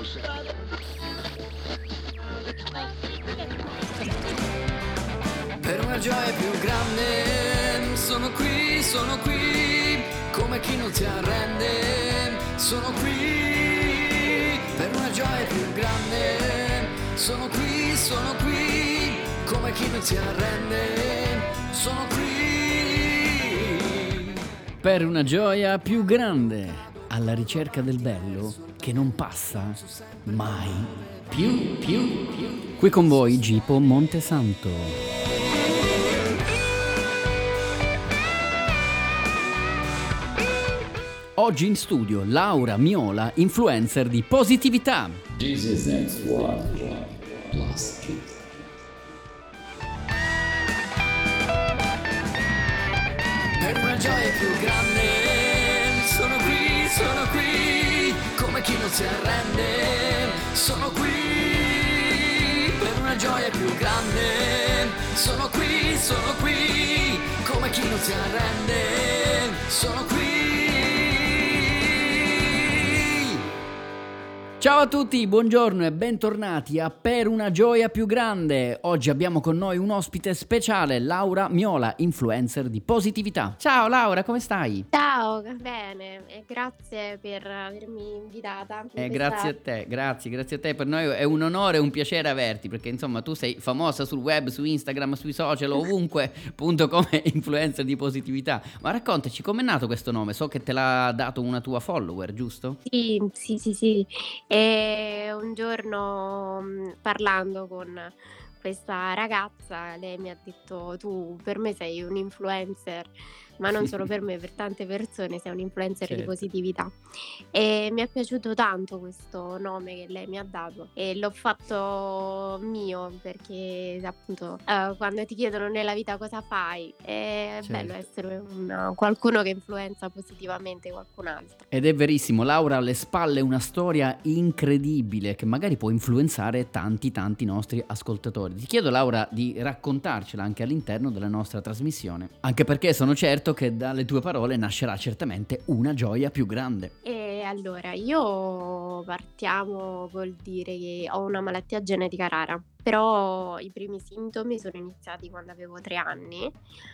Per una gioia più grande, sono qui, come chi non si arrende, sono qui. Per una gioia più grande, sono qui, come chi non si arrende, sono qui. Per una gioia più grande, alla ricerca del bello che non passa mai più. Qui con voi Gipo Montesanto. Oggi in studio Laura Miola, influencer di positività. This is next one plus kids. Per una gioia più grande, sono qui, come chi non si arrende, sono qui. Per una gioia più grande, sono qui, come chi non si arrende, sono qui. Ciao a tutti, buongiorno e bentornati a Per una gioia più grande. Oggi abbiamo con noi un ospite speciale, Laura Miola, influencer di positività. Ciao Laura, come stai? Ciao, bene, e grazie per avermi invitata. Grazie a te, grazie a te. Per noi è un onore e un piacere averti, perché insomma tu sei famosa sul web, su Instagram, sui social, ovunque, appunto come influencer di positività. Ma raccontaci, com'è nato questo nome? So che te l'ha dato una tua follower, giusto? Sì. E un giorno parlando con questa ragazza, lei mi ha detto: tu per me sei un influencer, ma non solo per me, per tante persone sei un influencer di Certo. positività. E mi è piaciuto tanto questo nome che lei mi ha dato e l'ho fatto mio, perché appunto quando ti chiedono nella vita cosa fai, è bello essere qualcuno che influenza positivamente qualcun altro. Ed è verissimo, Laura ha alle spalle una storia incredibile che magari può influenzare tanti nostri ascoltatori. Ti chiedo Laura di raccontarcela anche all'interno della nostra trasmissione, anche perché sono certo che dalle tue parole nascerà certamente una gioia più grande. E allora, io partiamo col dire che ho una malattia genetica rara, però i primi sintomi sono iniziati quando avevo 3 anni,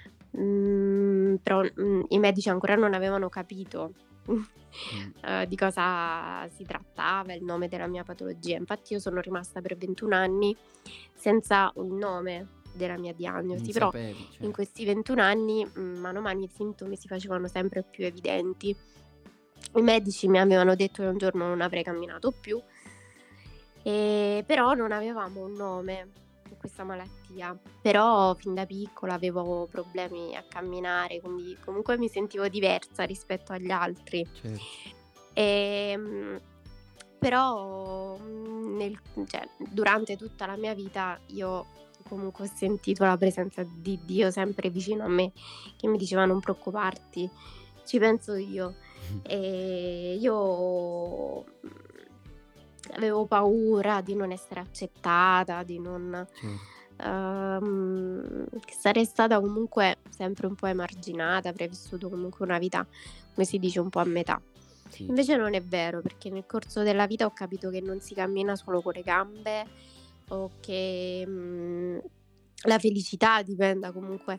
però i medici ancora non avevano capito di cosa si trattava, il nome della mia patologia. Infatti io sono rimasta per 21 anni senza un nome della mia diagnosi, però in questi 21 anni mano a mano i sintomi si facevano sempre più evidenti. I medici mi avevano detto che un giorno non avrei camminato più, però non avevamo un nome per questa malattia. Però fin da piccola avevo problemi a camminare, quindi comunque mi sentivo diversa rispetto agli altri. Però durante tutta la mia vita io comunque ho sentito la presenza di Dio sempre vicino a me, che mi diceva: non preoccuparti, ci penso io. E io avevo paura di non essere accettata, di non che sarei stata comunque sempre un po' emarginata, avrei vissuto comunque una vita, come si dice, un po' a metà. Invece non è vero, perché nel corso della vita ho capito che non si cammina solo con le gambe, o che la felicità dipenda comunque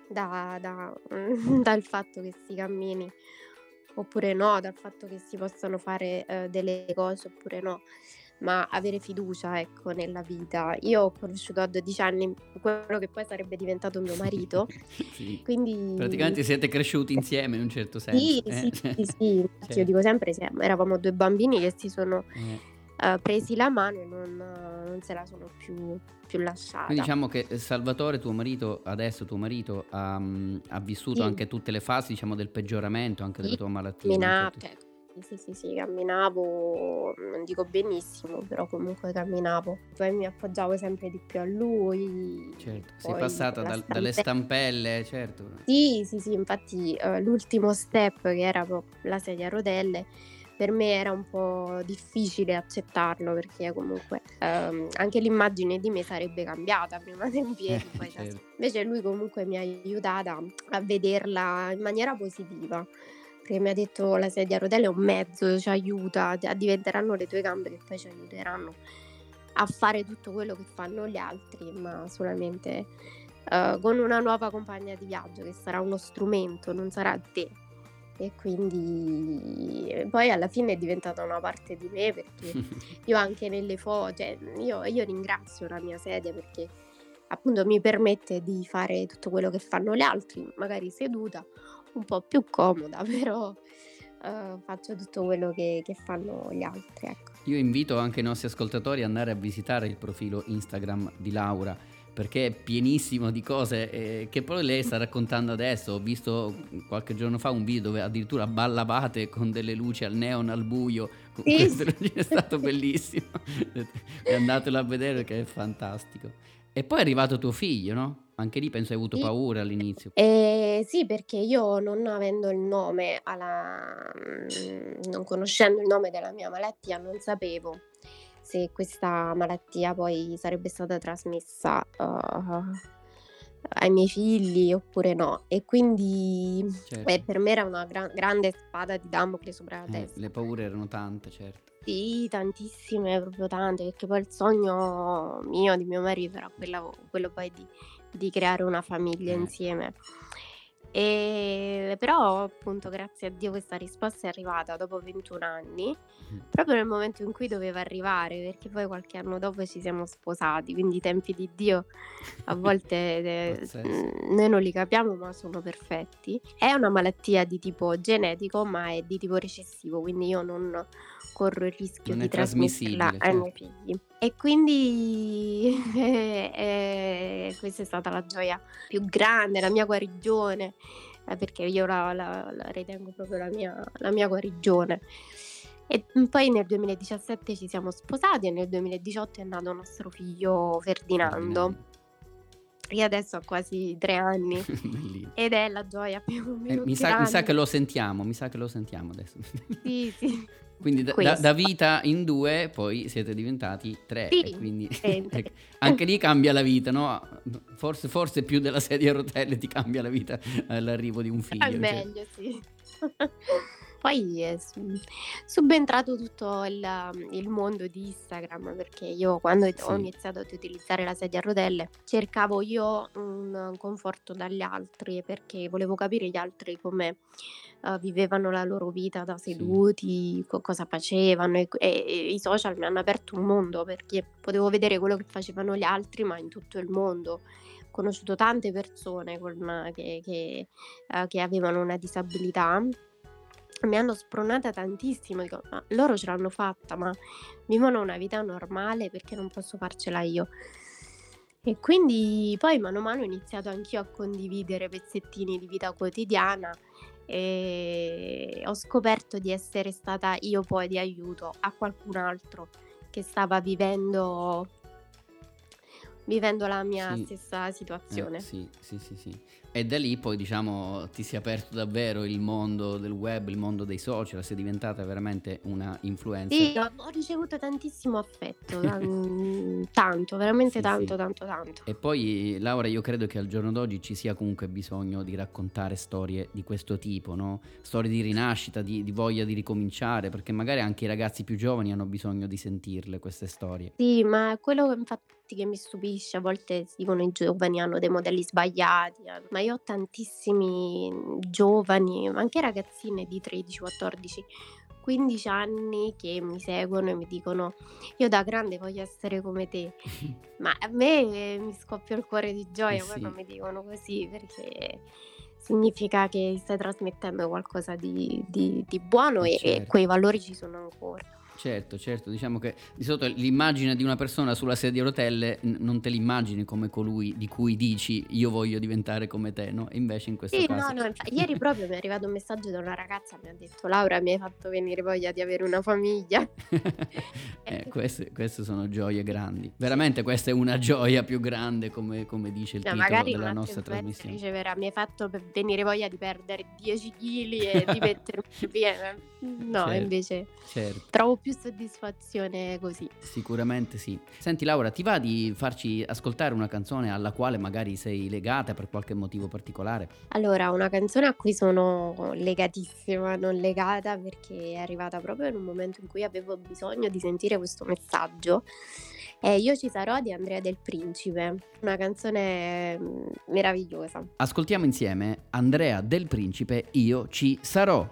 dal fatto che si cammini oppure no, dal fatto che si possano fare delle cose oppure no, ma avere fiducia, ecco, nella vita. Io ho conosciuto a 12 anni quello che poi sarebbe diventato mio marito, quindi praticamente siete cresciuti insieme in un certo senso. sì. Infatti io dico sempre, eravamo 2 bambini che si sono presi la mano e non se la sono più lasciata. Quindi diciamo che Salvatore, tuo marito, ha vissuto anche tutte le fasi, diciamo, del peggioramento anche della tua malattia. Sì, camminavo, non dico benissimo, però comunque camminavo. Poi mi appoggiavo sempre di più a lui. Certo, sei passata dalle stampelle, certo. Sì, infatti l'ultimo step, che era proprio la sedia a rotelle, per me era un po' difficile accettarlo, perché comunque anche l'immagine di me sarebbe cambiata prima dei piedi. Poi certo. Invece lui comunque mi ha aiutata a vederla in maniera positiva, perché mi ha detto la sedia a rotelle è un mezzo, ci aiuta, diventeranno le tue gambe che poi ci aiuteranno a fare tutto quello che fanno gli altri, ma solamente con una nuova compagna di viaggio che sarà uno strumento, non sarà te. E quindi poi alla fine è diventata una parte di me, perché io anche nelle foto, cioè, io ringrazio la mia sedia perché appunto mi permette di fare tutto quello che fanno gli altri, magari seduta, un po' più comoda, però faccio tutto quello che fanno gli altri, ecco. Io invito anche i nostri ascoltatori ad andare a visitare il profilo Instagram di Laura, perché è pienissimo di cose che poi lei sta raccontando adesso. Ho visto qualche giorno fa un video dove addirittura ballavate con delle luci al neon al buio. Sì. Questo è stato bellissimo. E andatelo a vedere che è fantastico. E poi è arrivato tuo figlio, no? Anche lì penso hai avuto Sì. paura all'inizio. Sì, perché io non avendo il nome non conoscendo il nome della mia malattia, non sapevo se questa malattia poi sarebbe stata trasmessa, ai miei figli oppure no. E quindi, Certo. per me era una grande spada di Damocle sopra la testa. Le paure erano tante, certo. Sì, tantissime, proprio tante, perché poi il sogno mio, di mio marito, era quello poi di creare una famiglia insieme. Però appunto grazie a Dio questa risposta è arrivata dopo 21 anni, proprio nel momento in cui doveva arrivare, perché poi qualche anno dopo ci siamo sposati, quindi i tempi di Dio a volte Pazzesco. noi non li capiamo, ma sono perfetti. È una malattia di tipo genetico, ma è di tipo recessivo, quindi io non corro il rischio Non di è trasmetterla trasmissibile, ai miei certo. figli. E quindi questa è stata la gioia più grande, la mia guarigione, perché io la ritengo proprio la mia guarigione. E poi nel 2017 ci siamo sposati e nel 2018 è nato nostro figlio Ferdinando, che adesso ha quasi 3 anni Bellino. ed è la gioia più Mi sa grande. che lo sentiamo adesso. Sì, sì. Quindi da Questo. vita in 2 poi siete diventati 3 Sì, e quindi sempre. anche lì cambia la vita, no? Forse più della sedia a rotelle ti cambia la vita all'arrivo di un È figlio, cioè. meglio, sì. Poi è subentrato tutto il mondo di Instagram, perché io quando ho Sì, iniziato ad utilizzare la sedia a rotelle cercavo io un conforto dagli altri, perché volevo capire gli altri come vivevano la loro vita da sì, seduti, cosa facevano e i social mi hanno aperto un mondo, perché potevo vedere quello che facevano gli altri, ma in tutto il mondo. Ho conosciuto tante persone che avevano una disabilità. Mi hanno spronata tantissimo, dico: "Ma loro ce l'hanno fatta, ma vivono una vita normale, perché non posso farcela io?" E quindi poi mano a mano ho iniziato anch'io a condividere pezzettini di vita quotidiana e ho scoperto di essere stata io poi di aiuto a qualcun altro che stava vivendo la mia sì. stessa situazione. Sì. E da lì poi diciamo ti si è aperto davvero il mondo del web, il mondo dei social, sei diventata veramente una influencer. Sì, ho ricevuto tantissimo affetto, tanto, veramente Sì, sì. tanto. E poi Laura, io credo che al giorno d'oggi ci sia comunque bisogno di raccontare storie di questo tipo, no? Storie di rinascita, di voglia di ricominciare, perché magari anche i ragazzi più giovani hanno bisogno di sentirle queste storie. Sì, ma quello che infatti che mi stupisce, a volte si dicono i giovani hanno dei modelli sbagliati, ma io ho tantissimi giovani, ma anche ragazzine di 13, 14, 15 anni che mi seguono e mi dicono: "Io da grande voglio essere come te". Ma a me mi scoppia il cuore di gioia quando Sì. mi dicono così, perché significa che stai trasmettendo qualcosa di buono e Certo. quei valori ci sono ancora. Certo, diciamo che di solito l'immagine di una persona sulla sedia a rotelle non te l'immagini come colui di cui dici io voglio diventare come te, no? E invece in questo Sì, caso no, ieri proprio mi è arrivato un messaggio da una ragazza, mi ha detto: "Laura, mi hai fatto venire voglia di avere una famiglia". queste sono gioie grandi. Veramente questa è una gioia più grande, come dice il No, titolo magari della un'altra nostra influencer trasmissione. riceverà: "Mi hai fatto venire voglia di perdere 10 chili e di mettermi via". No, Certo, invece certo. trovo più più soddisfazione così. Sicuramente sì. Senti Laura, ti va di farci ascoltare una canzone alla quale magari sei legata per qualche motivo particolare? Allora, una canzone a cui sono legatissima, non legata perché è arrivata proprio in un momento in cui avevo bisogno di sentire questo messaggio. È Io ci sarò di Andrea Del Principe, una canzone meravigliosa. Ascoltiamo insieme Andrea Del Principe, Io ci sarò.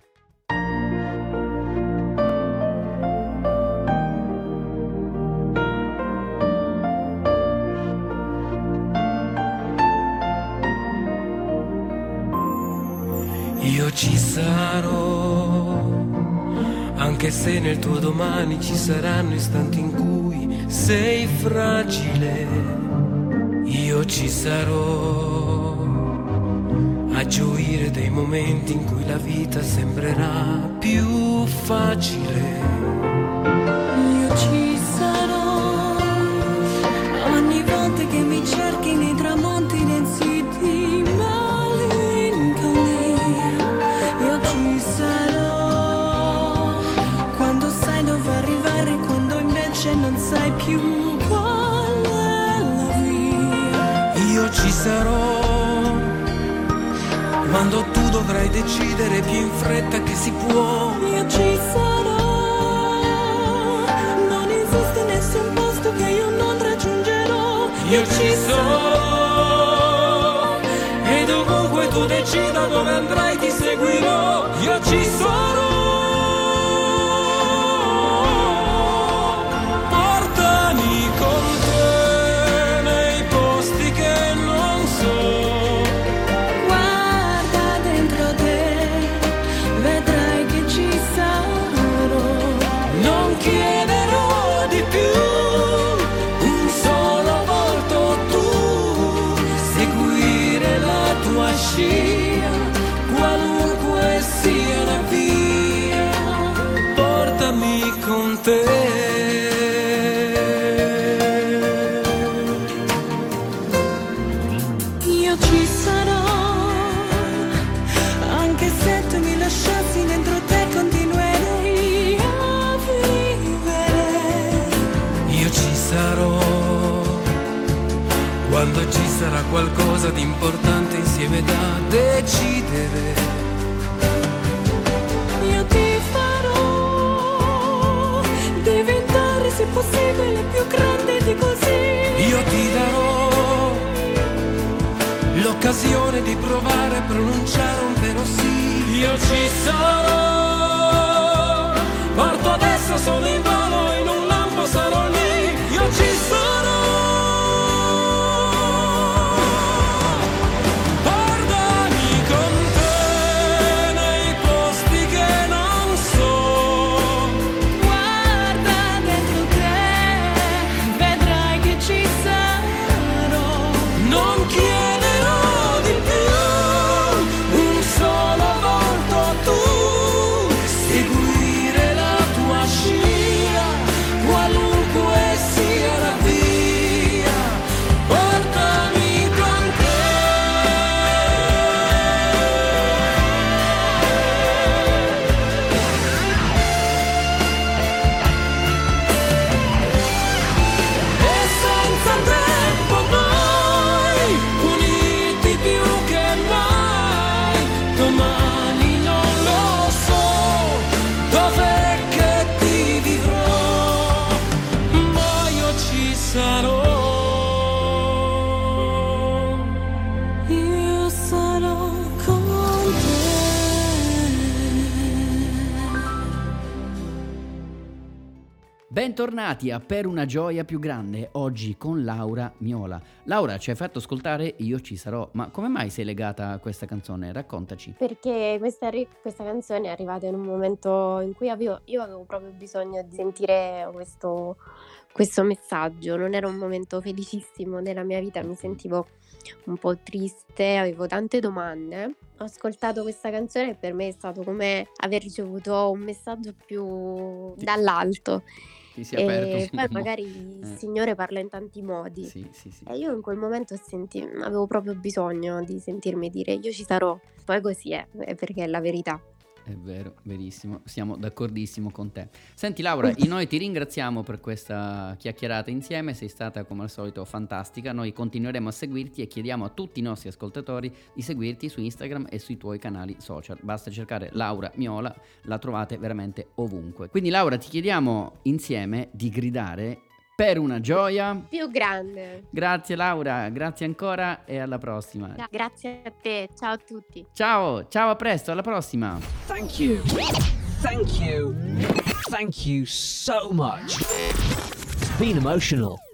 Io ci sarò, anche se nel tuo domani ci saranno istanti in cui sei fragile. Io ci sarò, a gioire dei momenti in cui la vita sembrerà più facile. Io ci sarò, ogni volta che mi cerchi nei tramonti densi di malinconia. Io ci sarò, quando sai dove arrivare, quando invece non sai più qual è la via. Io ci sarò, quando tu dovrai decidere più in fretta che si può. Io ci sarò, non esiste nessun posto che io non raggiungerò. Io ci sarò, e dovunque tu decida dove andrai ti seguirò. Io ci sarò, portami con te nei posti che non so. Guarda dentro te, vedrai che ci sarò. Non chiederò di più, un solo volto tu, seguire la tua scia, qualunque sia la via, portami con te. Io ci sarò, anche se tu mi lasciassi dentro te continuerei a vivere. Io ci sarò, quando ci sarà qualcosa di importante insieme da decidere. Io ti farò diventare se possibile più grande di così. Io ti darò l'occasione di provare a pronunciare un vero sì. Io ci sarò, parto adesso, sono in volo, in un lampo sarò lì. Io ci sarò, portami con te nei posti che non so. Guarda dentro te, vedrai che ci sarò. Non chiederò di più, un solo volto tu, seguire la tua scia, qualunque sia la via, portami con te. E senza tempo noi, uniti più che mai, domani non lo so, dov'è che ti vivrò, ma io ci sarò. Io sarò con te. Bentornati a Per una gioia più grande, oggi con Laura Miola. Laura, ci hai fatto ascoltare Io ci sarò, ma come mai sei legata a questa canzone? Raccontaci. Perché questa canzone è arrivata in un momento in cui io avevo proprio bisogno di sentire questo messaggio. Non era un momento felicissimo della mia vita, mi sentivo un po' triste, avevo tante domande. Ho ascoltato questa canzone e per me è stato come aver ricevuto un messaggio più dall'alto. Ti si è aperto E sì, poi magari il Signore parla in tanti modi. Sì, sì, sì. E io in quel momento avevo proprio bisogno di sentirmi dire io ci sarò. Poi così è perché è la verità. È vero, verissimo, siamo d'accordissimo con te. Senti Laura, noi ti ringraziamo per questa chiacchierata insieme, sei stata come al solito fantastica, noi continueremo a seguirti e chiediamo a tutti i nostri ascoltatori di seguirti su Instagram e sui tuoi canali social. Basta cercare Laura Miola, la trovate veramente ovunque. Quindi Laura, ti chiediamo insieme di gridare per una gioia più grande. Grazie Laura, grazie ancora e alla prossima. Grazie a te, ciao a tutti. Ciao, a presto, alla prossima. Thank you so much. It's been emotional.